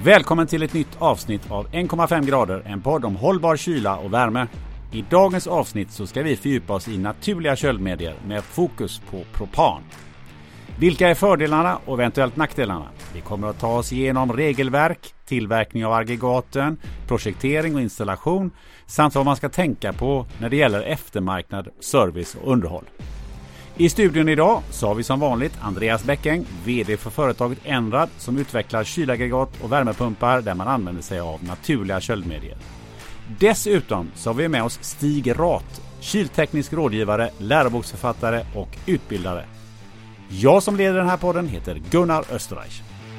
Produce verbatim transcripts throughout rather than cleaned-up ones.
Välkommen till ett nytt avsnitt av en komma fem grader, en podd om hållbar kyla och värme. I dagens avsnitt så ska vi fördjupa oss i naturliga köldmedier med fokus på propan. Vilka är fördelarna och eventuellt nackdelarna? Vi kommer att ta oss igenom regelverk, tillverkning av aggregaten, projektering och installation samt vad man ska tänka på när det gäller eftermarknad, service och underhåll. I studion idag så har vi som vanligt Andreas Bäckeng, vd för företaget Enrad, som utvecklar kylaggregat och värmepumpar där man använder sig av naturliga köldmedier. Dessutom så har vi med oss Stig Rath, kylteknisk rådgivare, läroboksförfattare och utbildare. Jag som leder den här podden heter Gunnar Österreich.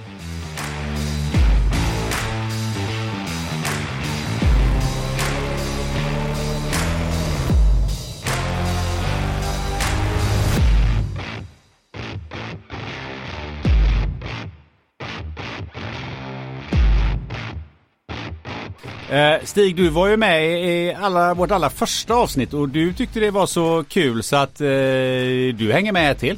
Stig, du var ju med i alla, vårt alla första avsnitt och du tyckte det var så kul så att eh, du hänger med till.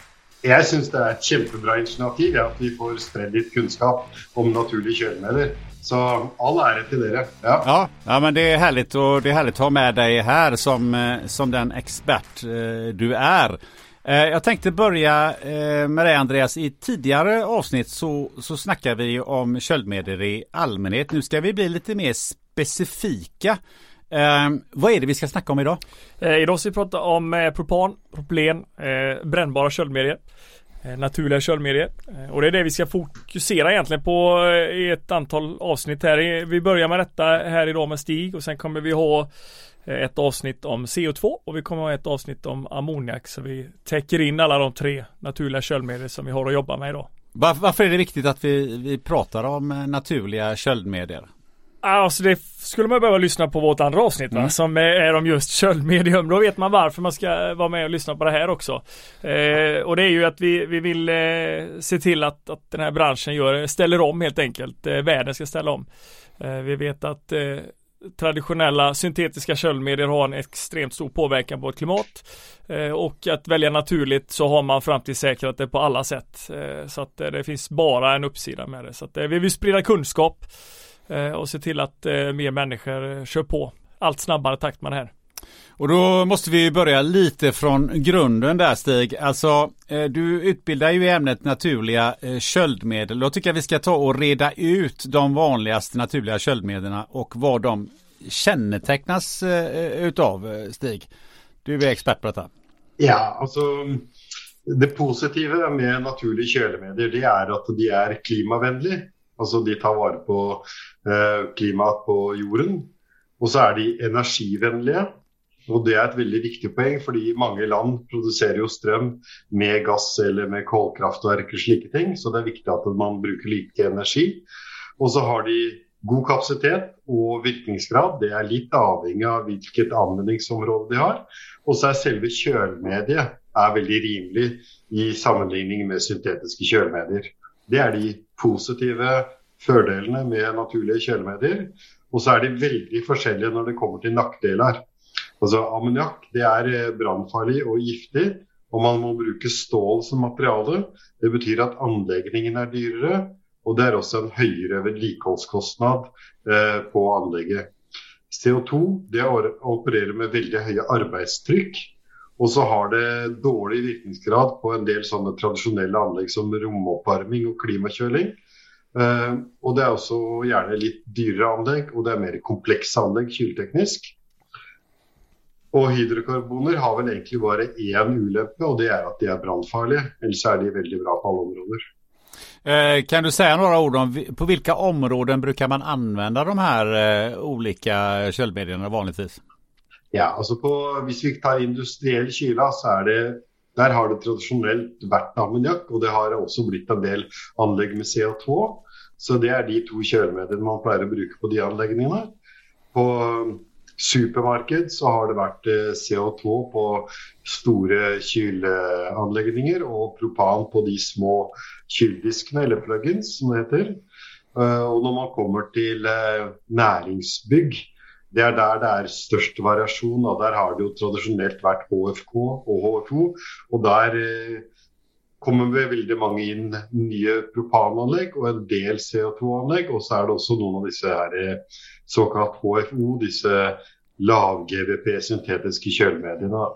Jag syns det är ett jättebra initiativ att vi får sprida lite kunskap om naturliga köldmedier. Så all ära till er. Ja. Ja, ja, men det är härligt och det är härligt att ha med dig här som, som den expert eh, du är. Jag tänkte börja med det, Andreas. I tidigare avsnitt så, så snackar vi om köldmedier i allmänhet. Nu ska vi bli lite mer specifika. Eh, vad är det vi ska snacka om idag? Eh, idag ska vi prata om eh, propan, propylen, eh, brännbara köldmedier, eh, naturliga köldmedier. Eh, och det är det vi ska fokusera egentligen på eh, i ett antal avsnitt här. Vi börjar med detta här idag med Stig och sen kommer vi ha ett avsnitt om C O två och vi kommer ha ett avsnitt om ammoniak, så vi täcker in alla de tre naturliga köldmedier som vi har att jobba med idag. Var, varför är det viktigt att vi, vi pratar om naturliga köldmedier? Alltså det skulle man behöva lyssna på vårt andra avsnitt va? Mm. Som är om just köldmedium. Då vet man varför man ska vara med och lyssna på det här också. Eh, och det är ju att vi, vi vill eh, se till att, att den här branschen gör, ställer om helt enkelt. Eh, världen ska ställa om. Eh, vi vet att eh, traditionella syntetiska köldmedier har en extremt stor påverkan på ett klimat eh, och att välja naturligt så har man framtidssäkrat det på alla sätt eh, så att eh, det finns bara en uppsida med det, så att eh, vi vill sprida kunskap eh, och se till att eh, mer människor eh, kör på allt snabbare takt man här. Och då måste vi börja lite från grunden där, Stig. Alltså, du utbildar ju i ämnet naturliga köldmedel. Då tycker jag vi ska ta och reda ut de vanligaste naturliga köldmedlen och vad de kännetecknas utav, Stig. Du är expert på detta. Ja, alltså det positiva med naturliga köldmedel det är att de är klimavänliga. Alltså de tar vara på eh, klimat på jorden. Och så är de energivänliga. Och det är ett väldigt viktigt poäng, för många land producerar ju ström med gas eller med kolkraftverk och slike ting, så det är viktigt att man brukar lika energi. Och så har de god kapacitet och virkningsgrad, det är lite avhängigt av vilket användningsområde de har. Och så är själva kölmediet är väldigt rimligt i sammanligning med syntetiska kölmedier. Det är de positiva fördelarna med naturliga kölmedier. Och så är de väldigt olika när det kommer till nackdelar. Altså, ammoniak det er brandfarlig og giftig, og man må bruke stål som materiale. Det betyr at anleggningen er dyrere, og det er også en høyere vedlikeholdskostnad eh, på anlegget. C O to det opererer med veldig høye arbeidstrykk, og så har det dårlig virkningsgrad på en del sånne tradisjonelle anlegg som romoppvarming og klimakjøling. Eh, og det er også gjerne litt dyrere anlegg, og det er mer komplekse anlegg kylteknisk. Och hydrokarboner har väl egentligen bara en ulempe, och det är att de är brandfarliga. Eller så är de väldigt bra på alla områden. Eh, kan du säga några ord om på vilka områden brukar man använda de här eh, olika köldmedierna vanligtvis? Ja, alltså på hvis vi tar industriell kyla så är det där har det traditionellt varit ammoniak, och det har också blivit en del anlägg med C O två. Så det är de två köldmedier man plejer att bruka på de anläggningarna. På supermarked så har det varit C O två på stora kylanläggningar och propan på de små kyldiskarna eller plugins som det heter. Och när man kommer till näringsbygg, det är där det är störst variation, och där har det ju traditionellt varit H F K och H F O, och där kommer vi väldigt många in nya propananlägg och en del C O två-anlägg, och så är det också någon av dessa här så kallat H F O, dessa lav-G V P syntetiska kölmedierna.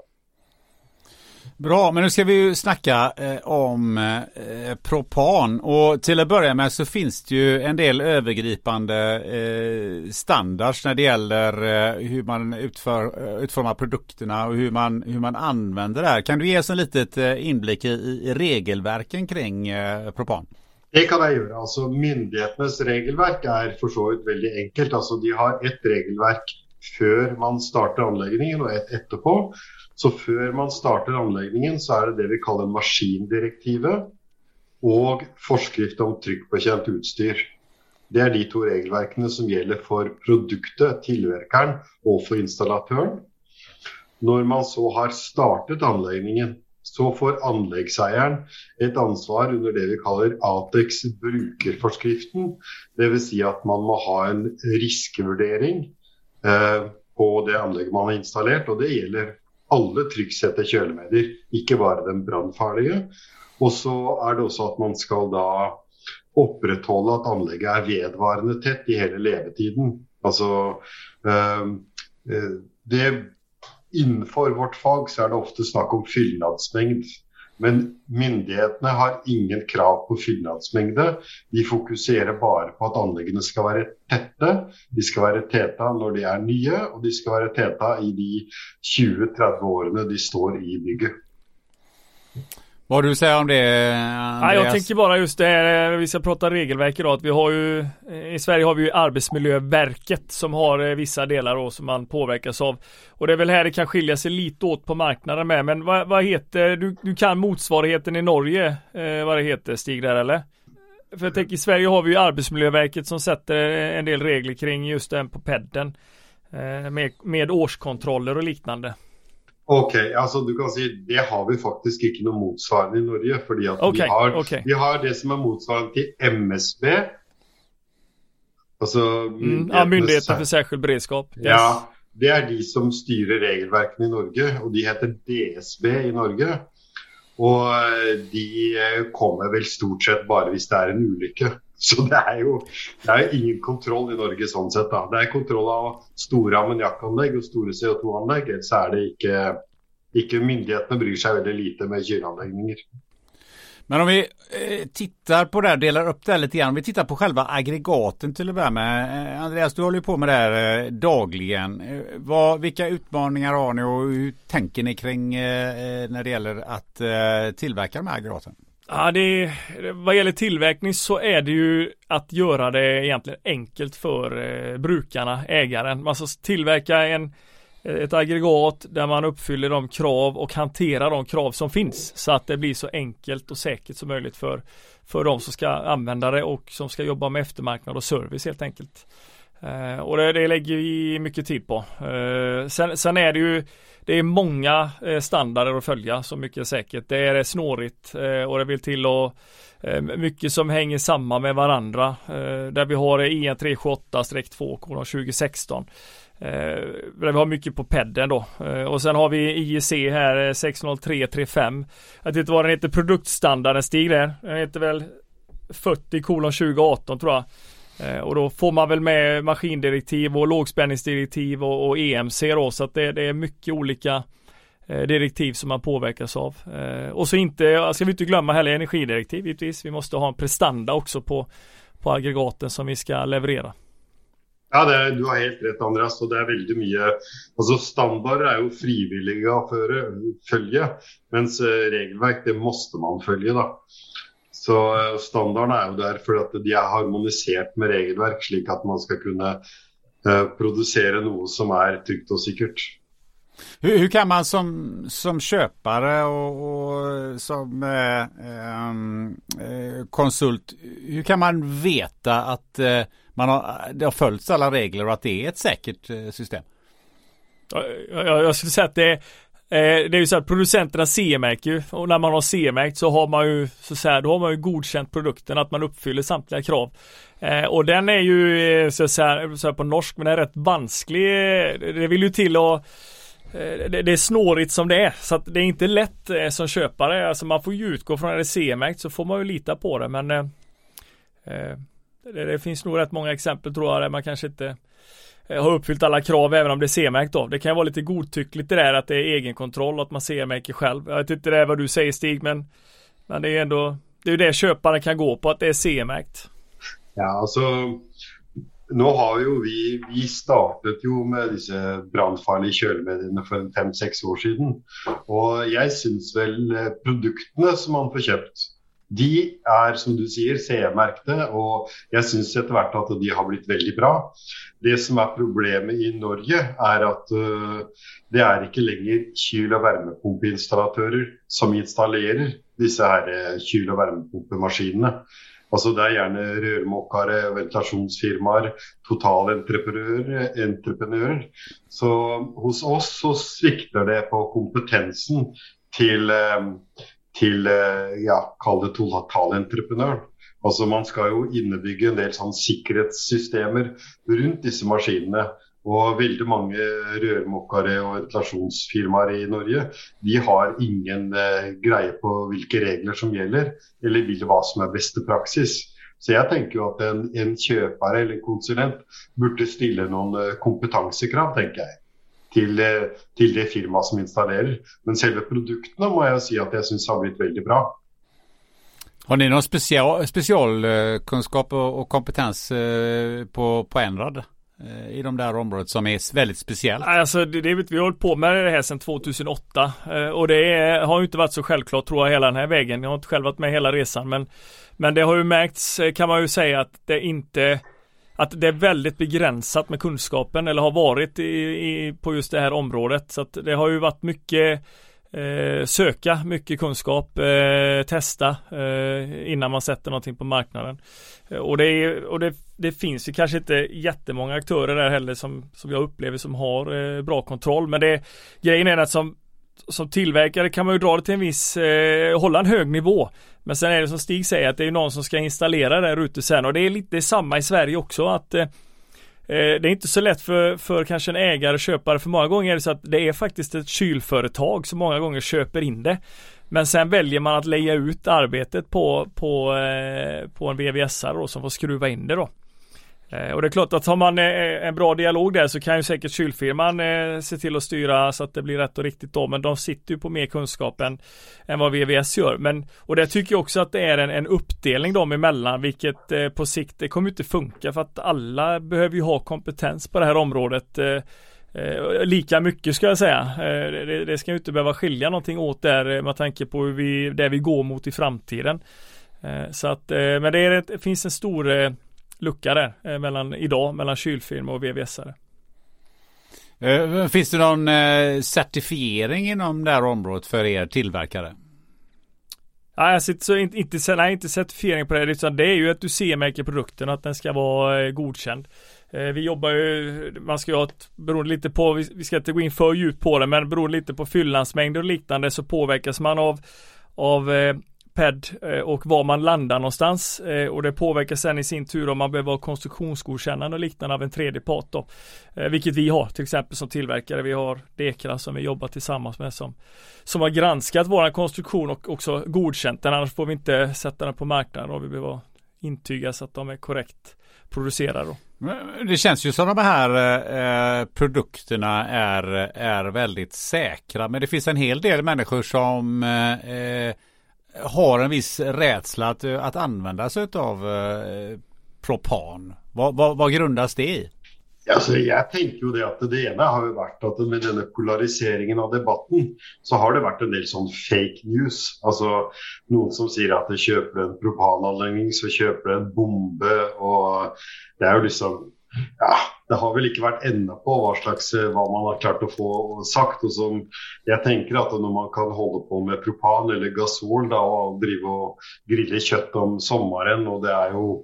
Bra, men nu ska vi ju snacka eh, om eh, propan, och till att börja med så finns det ju en del övergripande eh, standards när det gäller eh, hur man utför, uh, utformar produkterna och hur man, hur man använder det här. Kan du ge oss en litet eh, inblick i, i regelverken kring eh, propan? Det kan jag göra. Alltså myndigheternas regelverk är för så vidt väldigt enkelt. Alltså de har ett regelverk för man startar anläggningen och ett efterpå. Så før man starter anläggningen så är det det vi kallar maskindirektivet och forskrift om tryckbekjent utstyr. Det är de två regelverkene som gäller för produktet, tillverkaren och för installatören. När man så har startat anläggningen så får anläggsägaren ett ansvar under det vi kallar A T E X brukerforskriften. Det vill säga att man må ha en riskvärdering eh, på det anlägg man har installerat, och det gäller alla trycksätta kölmedier, inte bara den brandfarliga. Och så är det också att man ska då upprätthålla att anlägget är vedvarande tätt i hela levetiden. Alltså eh, det inför vårt fag så är det ofta snack om fyllnadsmängd. Men myndigheterna har ingen krav på fyllnadsmängder. De fokuserar bara på att anläggena ska vara täta. De ska vara täta när de är nya, och de ska vara täta i de tjugo till trettio åren de står i bygget. Vad du säger om det, Andreas? Ja, jag tänker bara just det här, vi ska prata regelverk idag, att vi har ju, i Sverige har vi ju Arbetsmiljöverket som har vissa delar då som man påverkas av. Och det är väl här det kan skilja sig lite åt på marknaden med, men vad, vad heter, du, du kan motsvarigheten i Norge, eh, vad det heter, Stig, där eller? För jag tänker i Sverige har vi ju Arbetsmiljöverket som sätter en del regler kring just den på pedden, eh, med, med årskontroller och liknande. Okej, okay, alltså du kan säga det har vi faktiskt inte någon motsvarande i Norge, för att okay, vi, har, okay. vi har det som är motsvarande till M S B. Alltså mm, ja, Myndigheten för särskild beredskap. Yes. Ja, det är de som styr regelverken i Norge, och de heter D S B i Norge. Och de kommer väl stort sett bara om det är en olycka. Så det är ju det är ingen kontroll i Norge sånt sett då. Det är kontroll av stora ammoniakanlägg och stora C O två-anlägg, så är det inte inte myndigheterna bryr sig väldigt lite med kylanläggningar. Men om vi eh, tittar på det här, delar upp det här lite grann. Om vi tittar på själva aggregaten till att börja med. Eh, Andreas, du håller ju på med det här eh, dagligen. Eh, vad, vilka utmaningar har ni och hur tänker ni kring eh, när det gäller att eh, tillverka de här aggregaten? Ja, det, vad gäller tillverkning så är det ju att göra det egentligen enkelt för eh, brukarna, ägaren. Man ska tillverka en, ett aggregat där man uppfyller de krav och hanterar de krav som finns, så att det blir så enkelt och säkert som möjligt för, för de som ska använda det och som ska jobba med eftermarknad och service helt enkelt. Eh, och det, det lägger vi mycket tid på. Eh, sen, sen är det ju det är många eh, standarder att följa, så mycket säkert. Det är snårigt eh, och det vill till och eh, mycket som hänger samman med varandra. Eh, där vi har E N tre sju åtta två tjugo sexton. Eh, där vi har mycket på pedden då. Eh, och sen har vi I E C här sex noll tre trettiofem. Jag vet inte vad den heter, produktstandarden, Stig där. Den heter väl fyrtio tjugo arton tror jag. Eh, och då får man väl med maskindirektiv och lågspänningsdirektiv och, och E M C då, så att det, det är mycket olika eh, direktiv som man påverkas av. Eh, och så inte, ska vi inte glömma heller energidirektiv givetvis. Vi måste ha en prestanda också på, på aggregaten som vi ska leverera. Ja, det är, du har helt rätt, Andreas, och det är väldigt mycket, alltså standarder är ju frivilliga för att följa, men regelverk det måste man följa då. Så standarden är ju där för att de är harmoniserat med regelverk, slik att man ska kunna eh, producera något som är tryggt och säkert. Hur, hur kan man som, som köpare och, och som eh, eh, konsult, hur kan man veta att eh, man har, det har följts alla regler och att det är ett säkert eh, system? Jag, jag, jag skulle säga att det är Eh, det är ju så att producenterna C E-märker ju, och när man har C E-märkt så har man ju så att säga, då har man ju godkänt produkten, att man uppfyller samtliga krav. Eh, och den är ju så att säga, så här på norsk, men den är rätt vansklig. Det vill ju till att det, det är snårigt som det är, så att det är inte lätt eh, som köpare. Alltså man får ju utgå från att det är C E-märkt, så får man ju lita på det, men eh, det, det finns nog rätt många exempel tror jag där man kanske inte eh, har uppfyllt alla krav även om det är C E-märkt då. Det kan vara lite godtyckligt det där att det är egenkontroll och att man C E-märker själv. Jag vet inte det är vad du säger Stig, men, men det är ändå det är ju det köparen kan gå på, att det är C E-märkt. Ja, alltså nu har ju vi, vi startet ju med disse brandfarlige kjølemediene för fem sex år sedan. Och jag syns väl produkterna som man får köpt, de är som du säger C E-märkte, och jag syns etter hvert att de har blivit väldigt bra. Det som är problemet i Norge är att uh, det är inte längre kyl- och värmepumpinstallatører som installerar disse här kyl- och värmepumpemaskinerna. Altså det er gjerne rørmåkere, ventilasjonsfirmaer, totalentreprenører. entreprenører. Så hos oss så svikter det på kompetensen til, til ja, kall det totalentreprenøren. Altså man skal jo innebygge en del sånn sikkerhetssystemer rundt disse maskinene. Og veldig mange rørmåkere og ventilasjonsfirmaer i Norge, de har ingen eh, greie på hvilke regler som gjelder, eller vil hva som er beste praksis. Så jeg tenker jo at en, en kjøper eller konsulent burde stille noen eh, kompetansekrav, tenker jeg, til, eh, til det firma som installerer. Men selve produktene må jeg jo si at jeg synes har blitt veldig bra. Har ni någon special, specialkunskap och, och kompetens eh, på, på Enrad i de där området som är väldigt speciellt? Alltså det, det vet vi har hållit på med det här sedan tjugohundraåtta och det är, har ju inte varit så självklart tror jag hela den här vägen. Jag har inte själv varit med hela resan, men, men det har ju märkts, kan man ju säga, att det inte att det är väldigt begränsat med kunskapen, eller har varit i, i, på just det här området. Så att det har ju varit mycket eh, söka, mycket kunskap, eh, testa eh, innan man sätter någonting på marknaden. Och, det, är, och det, det finns ju kanske inte jättemånga aktörer där heller som, som jag upplever som har eh, bra kontroll. Men det, grejen är att som, som tillverkare kan man ju dra det till en viss, eh, hålla en hög nivå. Men sen är det som Stig säger att det är någon som ska installera det där ute sen. Och det är lite samma i Sverige också, att eh, det är inte så lätt för, för kanske en ägare och köpare. För många gånger är det så att det är faktiskt ett kylföretag som många gånger köper in det. Men sen väljer man att lägga ut arbetet på, på, eh, på en V V S-are då, som får skruva in det då. Eh, och det är klart att har man eh, en bra dialog där så kan ju säkert kylfirman eh, se till att styra så att det blir rätt och riktigt då. Men de sitter ju på mer kunskap än, än vad V V S gör. Men, och det tycker jag också att det är en, en uppdelning dem emellan, vilket eh, på sikt det kommer inte funka, för att alla behöver ju ha kompetens på det här området. Eh, Eh, lika mycket ska jag säga. Eh, det, det ska ju inte behöva skilja någonting åt där eh, med tanke på hur vi, där vi går mot i framtiden. Eh, så att, eh, men det, är ett, det finns en stor eh, lucka där eh, mellan, idag mellan kylfirma och V V S-are. Eh, finns det någon eh, certifiering inom det här området för er tillverkare? Nej, jag sitter så inte, inte, nej, inte certifiering på det, utan det är ju att du C E-märker produkten, att den ska vara eh, godkänd. Vi jobbar ju, man ska ju ha ett, beroende lite på, vi ska inte gå in för djupt på det, men beroende lite på fyllnadsmängder och liknande så påverkas man av, av eh, P E D eh, och var man landar någonstans, eh, och det påverkas sen i sin tur om man behöver ha konstruktionsgodkännande och liknande av en tredje part då, eh, vilket vi har till exempel som tillverkare. Vi har Dekra som vi jobbar tillsammans med som, som har granskat vår konstruktion och också godkänt den, annars får vi inte sätta den på marknaden och vi behöver intyga så att de är korrekt producerade då. Det känns ju som de här eh, produkterna är, är väldigt säkra, men det finns en hel del människor som eh, har en viss rädsla att, att använda sig av eh, propan. Vad, vad, vad grundas det i? Alltså, jag tänker ju det att det ena har ju varit att med den polariseringen av debatten så har det varit en del sån fake news. Alltså någon som säger att de köper en propananläggning så köper en bombe, och det är ju liksom, ja, det har väl inte varit ända på vad slags, vad man har klart att få sagt. Och som jag tänker att när man kan hålla på med propan eller gasol då, och driva och grilla kött om sommaren, och det är ju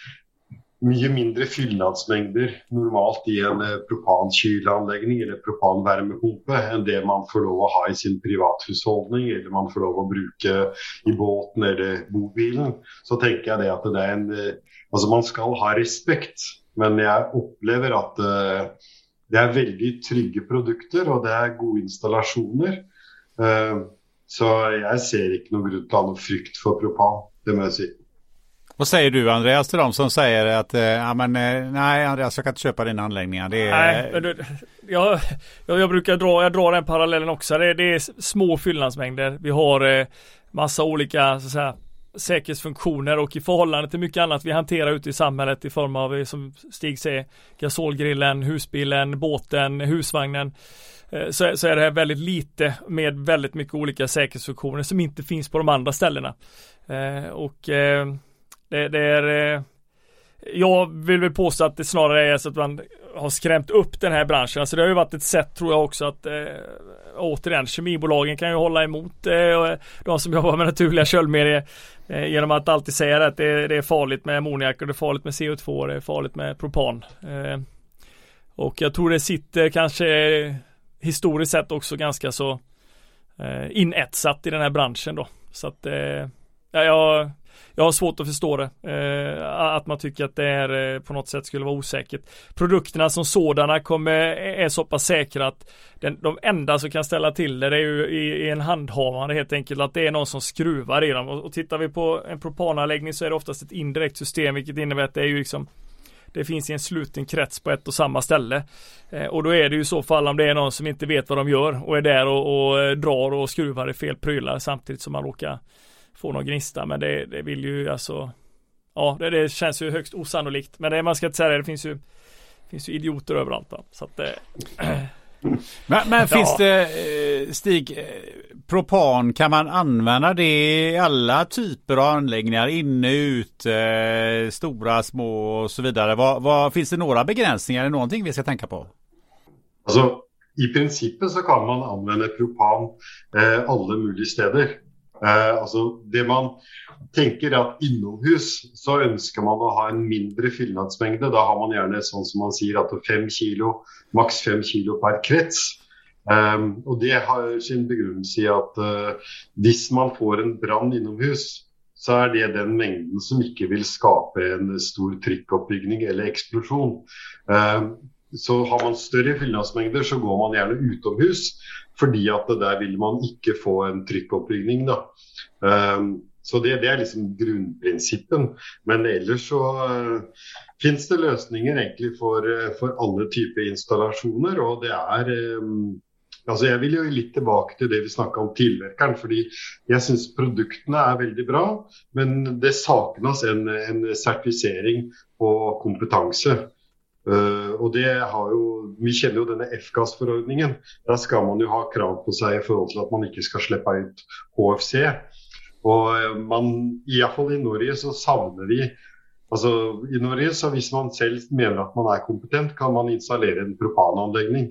mye mindre fyllnadsmängder normalt i en propankylanläggning eller propanvärmepumpe än det man får lov att ha i sin privathushållning eller man får lov att bruka i båten eller bobilen. Så tänker jag det att det är en, alltså man ska ha respekt, men jag upplever att det är väldigt trygga produkter och det är goda installationer. Så jag ser inte någon grund till någon frykt för propan, det måste jag säga. Vad säger du, Andreas, till dem som säger att ja, men, nej Andreas, jag kan inte köpa dina anläggningar? Det är... Nej, men du, jag, jag, jag brukar dra, jag drar den parallellen också. Det, det är små fyllnadsmängder. Vi har eh, massa olika så att säga, säkerhetsfunktioner och i förhållande till mycket annat vi hanterar ute i samhället i form av, som Stig säger, gasolgrillen, husbilen, båten, husvagnen. Så, så är det här väldigt lite med väldigt mycket olika säkerhetsfunktioner som inte finns på de andra ställena. Eh, och eh, det, det är eh, jag vill väl påstå att det snarare är så att man har skrämt upp den här branschen. Alltså det har ju varit ett sätt, tror jag också, att eh, återigen, kemibolagen kan ju hålla emot eh, de som jobbar med naturliga köldmedier eh, genom att alltid säga att det, det är farligt med ammoniak och det är farligt med C O två och det är farligt med propan. Eh, och jag tror det sitter kanske historiskt sett också ganska så eh, inetsat i den här branschen då. Så att eh, ja, jag, jag har svårt att förstå det. Eh, att man tycker att det är eh, på något sätt skulle vara osäkert. Produkterna som sådana kommer, är så pass säkra att den, de enda som kan ställa till det, det är ju i, i en handhavande helt enkelt, att det är någon som skruvar i dem. Och, och tittar vi på en propananläggning så är det oftast ett indirekt system, vilket innebär att det är ju liksom det finns i en sluten krets på ett och samma ställe. Eh, och då är det ju så fall om det är någon som inte vet vad de gör och är där och, och drar och skruvar i fel prylar samtidigt som man råkar få någon gnista. Men det, det vill ju alltså, ja det, det känns ju högst osannolikt. Men det man ska inte säga det, det finns ju, finns ju idioter överallt. Va? Så att, eh, men men ja. Finns det, Stig, propan, kan man använda det i alla typer av anläggningar, inne, ut, eh, stora, små och så vidare? Vad, vad, finns det några begränsningar eller någonting vi ska tänka på? Alltså, i principen så kan man använda propan eh, alla möjliga städer. Eh, alltså, det man tänker är att inomhus så önskar man att ha en mindre fyllnadsmängd. Då har man gärna sånt som man säger att fem kilo, max fem kilo per krets. Um, och det har sin begrundelse i att uh, hvis man får en brand inomhus så är det den mängden som inte vill skapa en stor tryckuppbyggning eller explosion. Um, så har man större fyllnadsmängder så går man gärna utomhus fordi att det där vill man inte få en tryckuppbyggning då. Um, så det, det är liksom grundprincipen. Men ellers så uh, finns det lösningar egentligen för, för alla typer av installationer och det är um, alltså jag vill ju lite tillbaka till det vi snackade om tillverkaren, för jag syns produkterna är väldigt bra, men det saknas en, en certifiering på kompetens. Uh, och det har ju, vi känner ju den F gas-förordningen, där ska man ju ha krav på sig för till att man inte ska släppa ut H F C. Och man, i alla fall i Norge så savner vi, alltså i Norge så hvis man själv menar att man är kompetent kan man installera en propananläggning.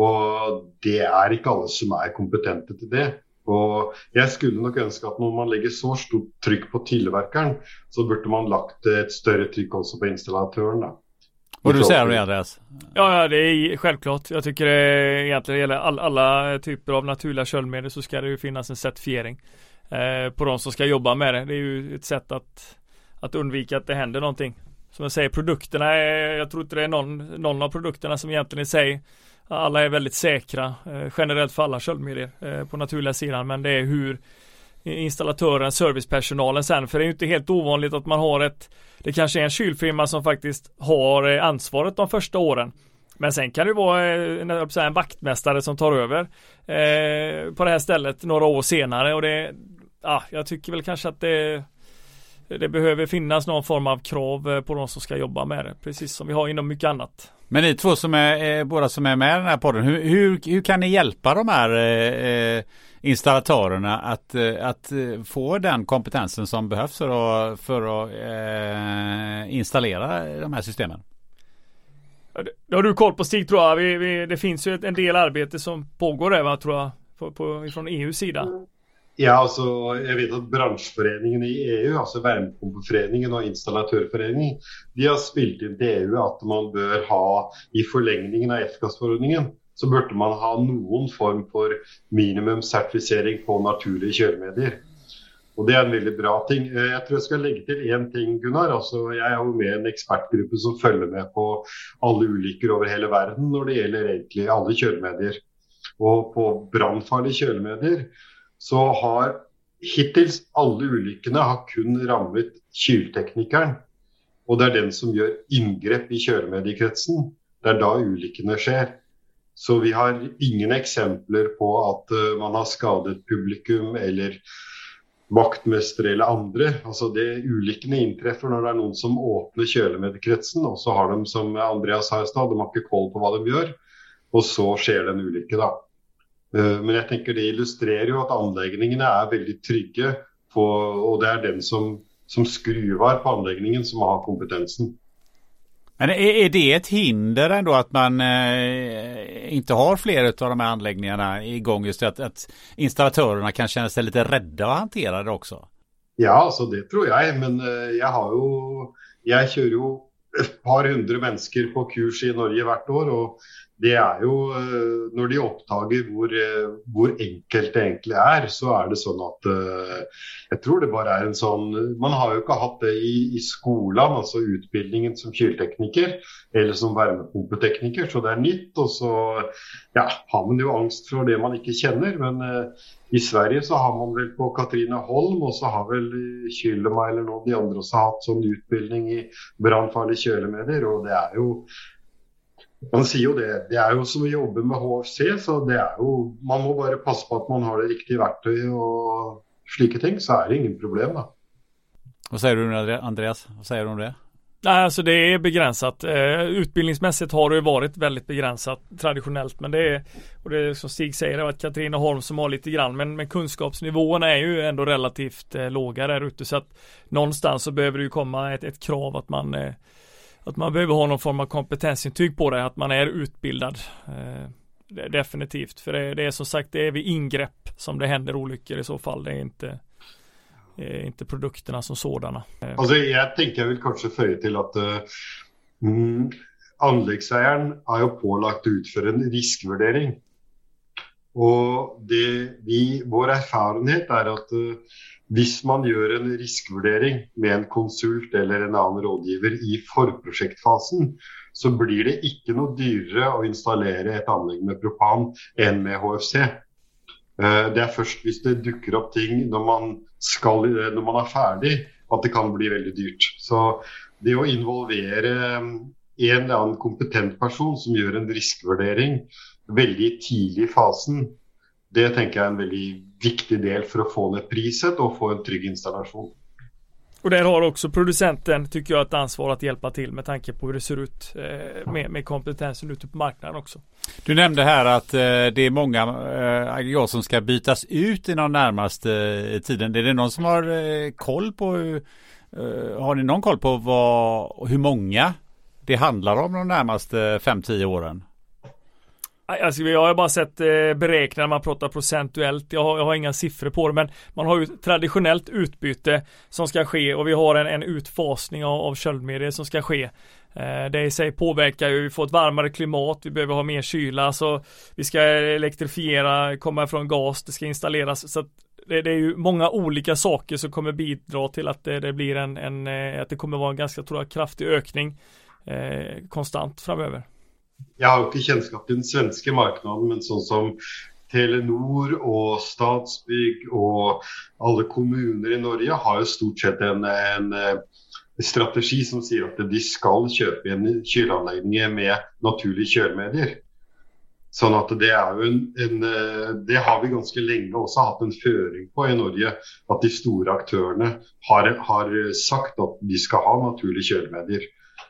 Och det är inte alla som är kompetenta till det. Och jag skulle nog önska att när man lägger så stort tryck på tillverkaren så borde man lagt ett större tryck också på installatörerna. Vad du säger det, Andreas? Ja, ja, det är självklart. Jag tycker det egentligen gäller all, alla typer av naturliga köldmedel så ska det ju finnas en certifiering eh, på de som ska jobba med det. Det är ju ett sätt att, att undvika att det händer någonting. Som jag säger, produkterna är, jag tror inte det är någon, någon av produkterna som egentligen i sig, alla är väldigt säkra eh, generellt för alla köldmedier eh, på naturliga sidan, men det är hur installatören, servicepersonalen sen, för det är ju inte helt ovanligt att man har ett, det kanske är en kylfirma som faktiskt har eh, ansvaret de första åren, men sen kan det vara eh, en, en vaktmästare som tar över eh, på det här stället några år senare, och det, ja, jag tycker väl kanske att det det behöver finnas någon form av krav på de som ska jobba med det, precis som vi har inom mycket annat. Men ni två som är, båda som är med i den här podden, hur, hur, hur kan ni hjälpa de här eh, installatörerna att, att få den kompetensen som behövs för att, för att eh, installera de här systemen? Det har du koll på, Stig, tror jag. Vi, vi, det finns ju en del arbete som pågår där, va, tror jag, på, på, från E U:s sida. Ja, alltså, jag vet att branschföreningen i E U, alltså Värmepumpeföreningen och installatörföreningen, de har spilt in till E U att man bör ha, i förlängningen av F gas-förordningen, så bör man ha någon form för minimum certifiering på naturliga kölmedier. Og det er en veldig bra ting. Jeg tror jeg skal legge til en ting, Gunnar. Altså, jeg er jo med i en ekspertgruppe som følger med på alle ulykker over hele verden når det gjelder egentlig alle kjølemedier. Og på brannfarlige kjølemedier så har hittils alle ulykkene har kun rammet kylteknikeren. Og det er den som gjør inngrep i kjølemediekretsen. Det er da ulykkene skjer. Så vi har ingen eksempler på at uh, man har skadet publikum eller vaktmestere eller andre. Altså det ulykkene inntreffer når det er noen som åpner kjølemediekretsen, og så har de, som Andreas sa i stad, de har ikke koll på hva de gjør, og så skjer det en ulykke da. Uh, men jeg tenker det illustrerer jo at anleggingene er veldig trygge, på, og det er den som, som skruvar på anleggingen som har kompetensen. Men är, är det ett hinder ändå att man eh, inte har fler av de här anläggningarna igång, just att, att installatörerna kan känna sig lite rädda att hantera det också? Ja, alltså det tror jag, men eh, jag har ju jag kör ju ett par hundra människor på kurs i Norge hvert år, och det är ju eh, när de upptager hvor eh, hvor enkelt det egentligen är, så är det sån att eh, jag tror det bara är en sån, man har ju inte haft det i i skolan, alltså utbildningen som kyltekniker eller som värmepumpetekniker, så det är nytt, och så ja, har man ju angst för det man inte känner, men eh, i Sverige så har man väl på Katrineholm, och så har väl Kylema eller någon de andra också haft sån utbildning i brandfarliga kjølemedier, och det är ju man säger ju det, det är ju som att jobba med H F C, så det är ju, man må bara passa på att man har det riktiga verktyg och slike ting, så är det ingen problem då. Vad säger du, Andreas? Vad säger du om det? Nej, alltså det är begränsat. Eh, utbildningsmässigt har det ju varit väldigt begränsat traditionellt, men det är, och det är som Stig säger, det var Katrineholm som har lite grann, men, men kunskapsnivåerna är ju ändå relativt eh, låga där ute, så att någonstans så behöver det ju komma ett, ett krav att man eh, att man behöver ha någon form av kompetensintyg på det, att man är utbildad. Eh, det är definitivt, för det, det är som sagt, det är vid ingrepp som det händer olyckor i så fall, det är inte eh, inte produkterna som sådana. Alltså jag tänker jag vill kanske föra till att uh, mm, anläggsägaren är ju pålagt ut för en riskvärdering. Och det vi vår erfarenhet är att uh, hvis man gör en riskvärdering med en konsult eller en annan rådgivare i förprojektfasen, så blir det inte något dyrare att installera ett anlägg med propan än med H F C. Det är först hvis det dukker upp ting när man skal, när man är färdig, att det kan bli väldigt dyrt. Så det att involvera en eller annan kompetent person som gör en riskvärdering väldigt tidigt i fasen, det tänker jag är en väldigt viktig del för att få ner priset och få en trygg installation. Och där har också producenten, tycker jag, ett ansvar att hjälpa till med tanke på hur det ser ut eh, med, med kompetensen ute på marknaden också. Du nämnde här att eh, det är många eh, aggregat som ska bytas ut i den närmaste eh, tiden. Är det någon som har eh, koll på hur, eh, har ni någon koll på vad, hur många det handlar om de närmaste fem till tio åren? Alltså, jag har bara sett eh, beräkningar när man pratar procentuellt. Jag har, jag har inga siffror på det, men man har ju traditionellt utbyte som ska ske, och vi har en, en utfasning av, av köldmedier som ska ske. Eh, det i sig påverkar ju, vi får ett varmare klimat, vi behöver ha mer kyla, så vi ska elektrifiera, komma ifrån gas, det ska installeras, så att det, det är ju många olika saker som kommer bidra till att det, det blir en, en, att det kommer vara en ganska, tror jag, kraftig ökning eh, konstant framöver. Jag har inte kännskap till den svenska marknaden, men sån som Telenor och Statsbygg och alla kommuner i Norge har ju stort sett en, en, en strategi som säger att de ska köpa en kylanläggning med naturliga kjølmedier. Så att det är ju en, en det har vi ganska länge också haft en föring på i Norge, att de stora aktörerna har har sagt att de ska ha naturliga kjølmedier.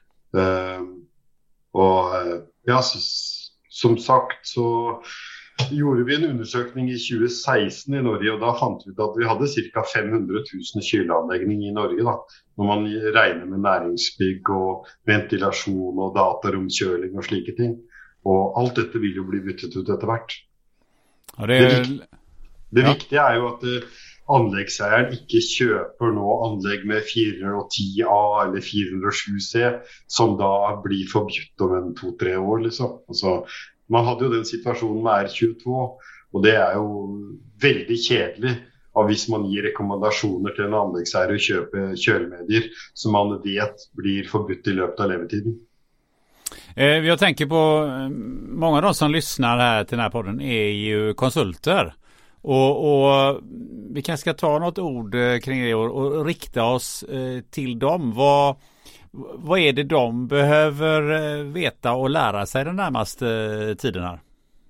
Uh, och ja, som sagt så gjorde vi en undersökning i tjugo seksten i Norge, och då fann vi ut att vi hade cirka femhundra tusen kylanläggningar i Norge då, när man räknar med näringsbygg och ventilation och dataromkjøling och slike ting. Och allt detta vill ju bli byttet ut efterhvert. Ja, det är... det, det ja. Viktiga är ju att uh, anläggsägaren inte köper något anlägg med fyrahundratio A eller fyrahundrasju C som då blir förbjudet om en två tre år liksom. Alltså, man hade ju den situationen med R tjugotvå, och det är ju väldigt kedligt av hvis man gir rekommendasjoner til en anleggseier å kjøpe kjølemedier som man vet blir forbudt i løpet av levetiden. Eh, jag tänker på många av de som lyssnar här till den här podden är ju konsulter. Och, och vi kanske ska ta något ord kring det och, och rikta oss eh, till dem. Vad, vad är det de behöver veta och lära sig den närmaste tiden här?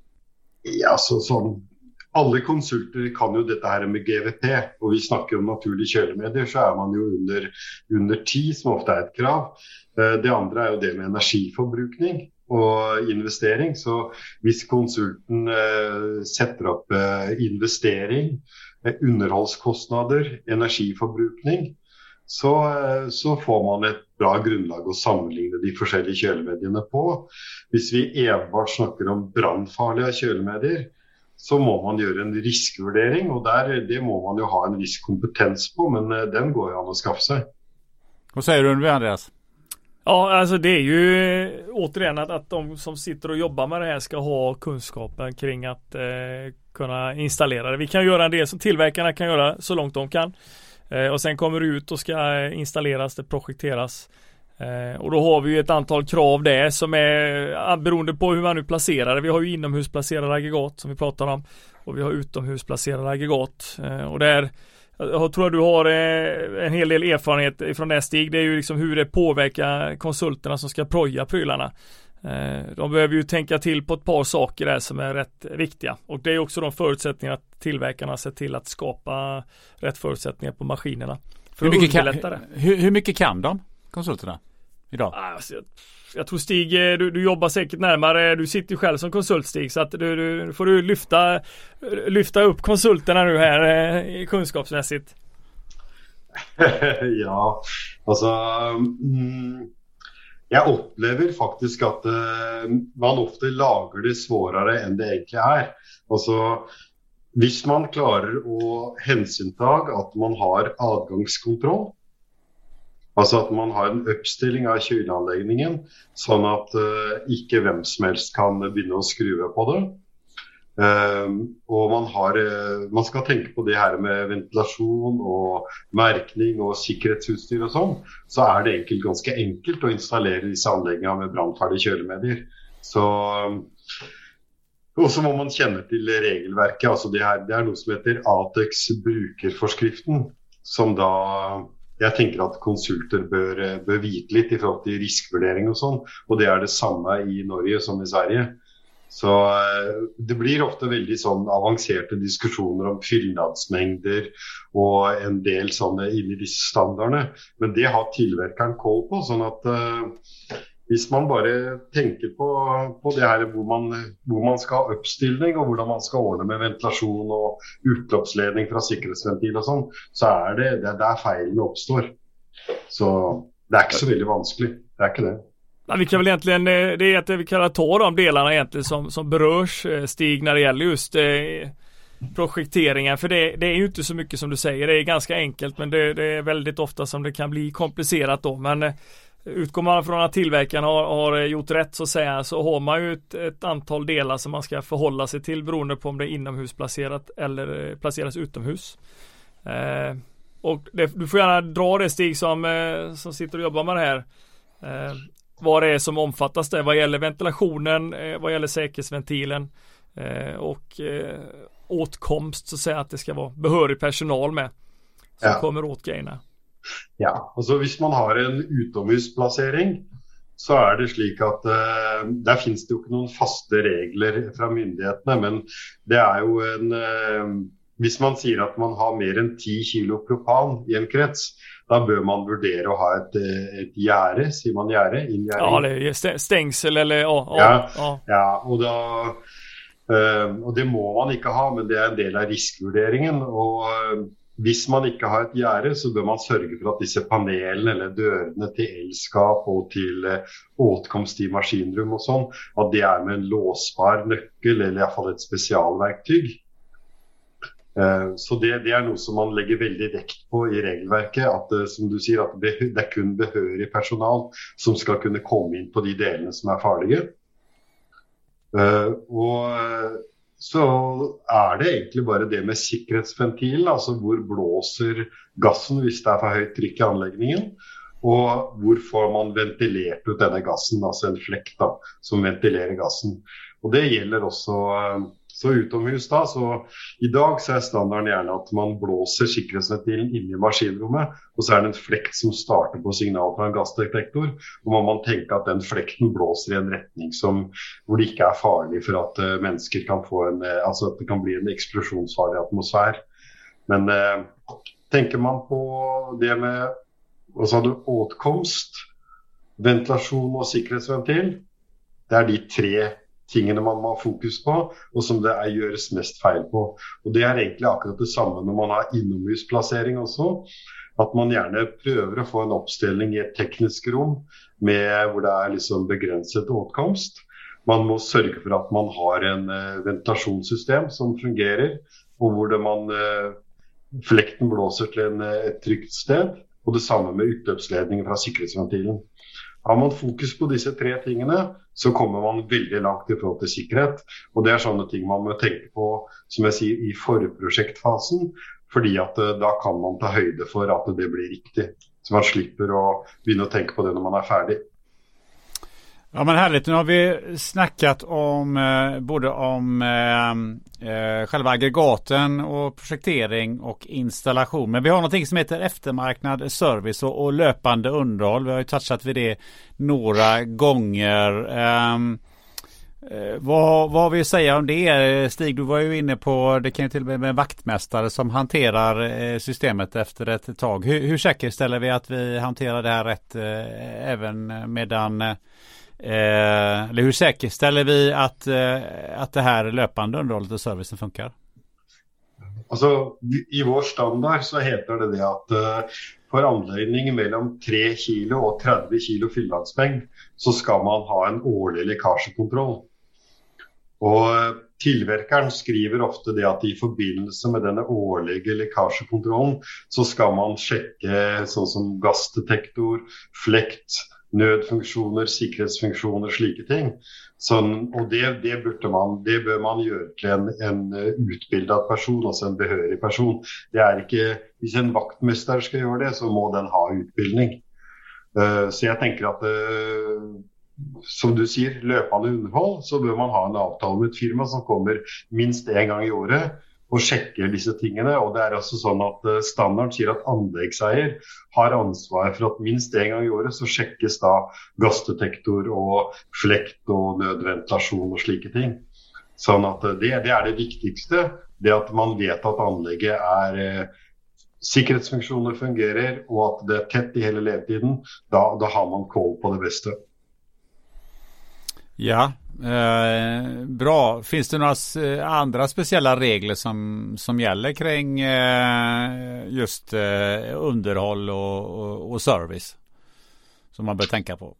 Ja, så som alle konsulter kan jo dette her med G V P, og vi snakker om naturlige kjølemedier, så er man jo under, under ti, som ofte er et krav. Det andre er jo det med energiforbrukning og investering, så hvis konsulten eh, setter opp eh, investering, eh, underholdskostnader, energiforbrukning, så, eh, så får man et bra grunnlag å sammenligne de forskjellige kjølemediene på. Hvis vi enbart snakker om brandfarlige kjølemedier, så må man gjøre en riskvurdering, og der, det må man jo ha en viss kompetens på, men eh, den går jo an å skaffe seg. Vad säger du, Andreas? Ja, alltså det är ju återigen att, att de som sitter och jobbar med det här ska ha kunskapen kring att eh, kunna installera det. Vi kan göra en del som tillverkarna kan göra så långt de kan. Eh, och sen kommer det ut och ska installeras, det projekteras. Eh, och då har vi ju ett antal krav där som är beroende på hur man nu placerar det. Vi har ju inomhusplacerade aggregat som vi pratar om. Och vi har utomhusplacerade aggregat. Eh, och där jag tror att du har en hel del erfarenhet från det, Stig. Det är ju liksom hur det påverkar konsulterna som ska proja prylarna. De behöver ju tänka till på ett par saker där som är rätt viktiga. Och det är också de förutsättningar att tillverkarna ser till att skapa rätt förutsättningar på maskinerna. För hur, mycket kan, det. Hur, hur mycket kan de, konsulterna, idag? Alltså, jag, jag tror Stig, du, du jobbar säkert närmare. Du sitter ju själv som konsult, Stig, så att du, du får du lyfta, lyfta upp konsulterna nu här eh, kunskapsmässigt. Ja, alltså mm, jag upplever faktiskt att eh, man ofta lagar det svårare än det egentligen är. Alltså, hvis man klarar att hänsynta att man har adgangskontroll, alltså att man har en uppställning av kylanläggningen så att uh, inte vem som helst kan börja skruva på det. Uh, och man har uh, man ska tänka på det här med ventilation och märkning och säkerhetsutstyr och sånt, så är det enkelt ganska enkelt att installera dessa anläggningar med brandfärdiga kylmedier. Så um, och så må man känna till regelverket, alltså det här det är något som heter A T E X brukerforskriften som då jag tänker att konsulter bör, bör vite lite i forhold till riskvärdering och sånt, och det är det samma i Norge som i Sverige. Så det blir ofta väldigt sån avancerade diskussioner om fyllnadsmängder och en del sådana in i dessa standarderna, men det har tillverkaren koll på, så att uh, hvis man bara tänker på, på det här hvor man, hvor man ska ha uppställning och hur man ska ordna med ventilation och utloppsledning från säkerhetsventil och sånt, så är det, det är där feilen uppstår. Så det är inte så väldigt vanskligt, det är inte det. Ja, vi kan väl egentligen, det är att vi kan ta de delarna egentligen som, som berörs, Stig, när det gäller just eh, projekteringen, för det, det är ju inte så mycket som du säger, det är ganska enkelt, men det, det är väldigt ofta som det kan bli komplicerat då, men eh, utgår man från att tillverkarna har, har gjort rätt så att säga, så har man ju ett, ett antal delar som man ska förhålla sig till beroende på om det är inomhusplacerat eller placeras utomhus. Eh, och det, du får gärna dra det, Stig, som, eh, som sitter och jobbar med det här. Eh, vad det är som omfattas det, vad gäller ventilationen, eh, vad gäller säkerhetsventilen eh, och eh, åtkomst, så att säga, att det ska vara behörig personal med som ja. kommer åt grejerna. Ja, alltså hvis man har en utomhusplacering så är det slik att uh, där finns det ju inte någon fasta regler från myndigheterna, men det är ju en uh, hvis man säger att man har mer än tio kilo propan i en krets, då bör man värdera att ha ett, ett gärde, säger man gärde, ingärde. Ja, det är stängsel eller ja, ja, ja. ja och då uh, och det må man inte ha, men det är en del av riskvärderingen, och uh, hvis man inte har ett gärde så bör man sörja för att dessa panelerna eller dörrarna till elskap och till eh, åtkomst i maskinrum och sånt, att det är med en låsbar nyckel eller i alla fall ett specialverktyg. Eh, så det, det är något som man lägger väldigt vikt på i regelverket, att eh, som du säger, att det, det är kun behörig personal som ska kunna komma in på de delarna som är farliga. Eh, och så är det egentligen bara det med säkerhetsventilen, alltså hvor blåser gassen hvis det är för högt tryck i anläggningen, och hvor får man ventilerat ut denna gassen, alltså en fläkt då, som ventilerar gassen. Och det gäller också så utomhus då, så idag så är standarden gärna att man blåser säkerhetsventilen in i maskinrummet, och så är det en fläkt som startar på signal från en gasdetektor, och man man tänka att den fläkten blåser i en riktning som hvor det inte är farligt för att uh, människor kan få en uh, alltså att det kan bli en explosionsfarlig atmosfär. Men uh, tänker man på det med vad sa du, åtkomst, ventilation och säkerhetsventil, det är de tre tingene man må ha fokus på, och som det är görs mest fel på. Och det är egentligen akkurat det samma när man har inomhusplacering också, att man gärna prövar att få en uppställning i ett tekniskt rum med hvor det är liksom begränsad åtkomst. Man må sörja för att man har en uh, ventilationssystem som fungerar, och hvor det man uh, fläkten blåser till en, uh, ett tryggt sted, och det samma med utlöpsledningen från säkerhetsventilen. Har man fokus på dessa tre tingene, så kommer man väldigt långt ifrån till säkerhet. Och det är sådana ting man måste tänka på, som jag säger, i förprojektfasen. För att då kan man ta höjde för att det blir riktigt. Så man slipper att börja tänka på det när man är färdig. Ja, men härligt. Nu har vi snackat om eh, både om eh, själva aggregaten och projektering och installation. Men vi har någonting som heter eftermarknad, service och, och löpande underhåll. Vi har ju touchat vid det några gånger. Eh, eh, vad, vad vill jag säga om det? Stig, du var ju inne på, det kan ju till och med vara en vaktmästare som hanterar eh, systemet efter ett tag. Hur, hur säkerställer vi att vi hanterar det här rätt eh, även medan... Eh, Eh, eller hur säkerställer vi att, eh, att det här löpande underhållet och servicen funkar? Alltså, i vår standard så heter det det att uh, för anläggning mellan tre kilo och trettio kilo fyllnadsmängd så ska man ha en årlig läckagekontroll. Och uh, tillverkaren skriver ofta det att i förbindelse med den årliga läckagekontrollen så ska man checka sånt som gasdetektor, fläkt, nödfunktioner, säkerhetsfunktioner, slike ting. Så, och det, det, burde man, det bör man göra till en, en utbildad person, alltså en behörig person. Det är inte, om en vaktmästare ska göra det så må den ha utbildning. Uh, så jag tänker att uh, som du säger, löpande underhåll, så bör man ha en avtal med ett firma som kommer minst en gång i året och checkar dessa tingene. Och det är också så att standard säger att anläggsägare har ansvar för att minst en gång i året så checkas då gasdetektor och fläkt och nödventilation och slike ting. Så att det, det är det viktigaste, det att man vet att anlägget är eh, säkerhetsfunktioner fungerar och att det är tätt i hela levetiden. Då, då har man koll på det bästa. Ja, eh, bra. Finns det några andra speciella regler som, som gäller kring eh, just eh, underhåll och, och, och service som man bör tänka på?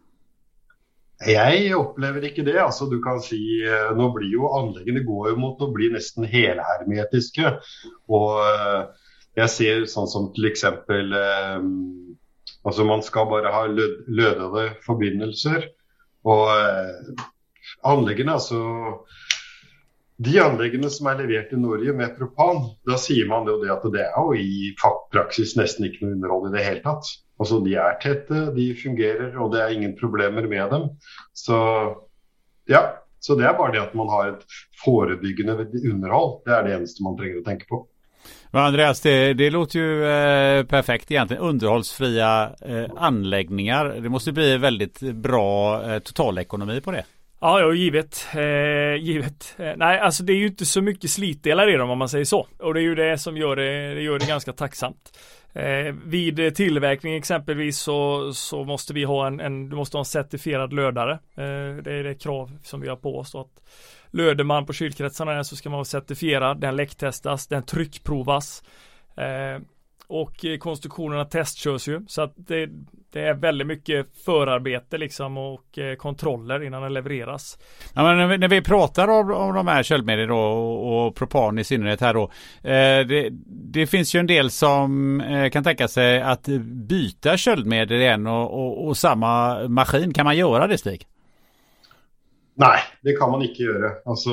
Jag upplever inte det. Alltså, du kan si, nu blir ju anläggene går ju mot att bli nästan helhermetiska. Och eh, jag ser sånt som till exempel eh, alltså man ska bara ha löd, lödade förbindelser. Och eh, anläggene, alltså de anläggene som är levererat i Norge med propan, då säger man då det att det är ju i praxis nästan inte något underhåll i det hela tatt. Alltså de är täta, de fungerar och det är ingen problem med dem. Så ja, så det är bara det att man har ett förebyggande underhåll. Det är det enda man behöver att tänka på. Men Andreas, det, det låter ju eh, perfekt egentligen. Underhållsfria eh, anläggningar. Det måste bli väldigt bra eh, totalekonomi på det. Ja, ja, givet. Eh, givet. Eh, nej, alltså det är ju inte så mycket slitdelar i dem om man säger så. Och det är ju det som gör det, det, gör det ganska tacksamt. Eh, vid tillverkning exempelvis så, så måste vi ha en, en, du måste ha en certifierad lödare. Eh, det är det krav som vi har på oss. Att löder man på kylkretsarna så ska man vara certifierad. Den läcktestas, den tryckprovas. Eh, och konstruktionerna testkörs ju. Så att det, det är väldigt mycket förarbete liksom och eh, kontroller innan den levereras. Ja, men när, vi, när vi pratar om, om de här köldmedel då, och, och propan i synnerhet här då. Eh, det, det finns ju en del som eh, kan tänka sig att byta köldmedel igen och, och, och samma maskin. Kan man göra det, Stig? Nej, det kan man inte göra. Alltså,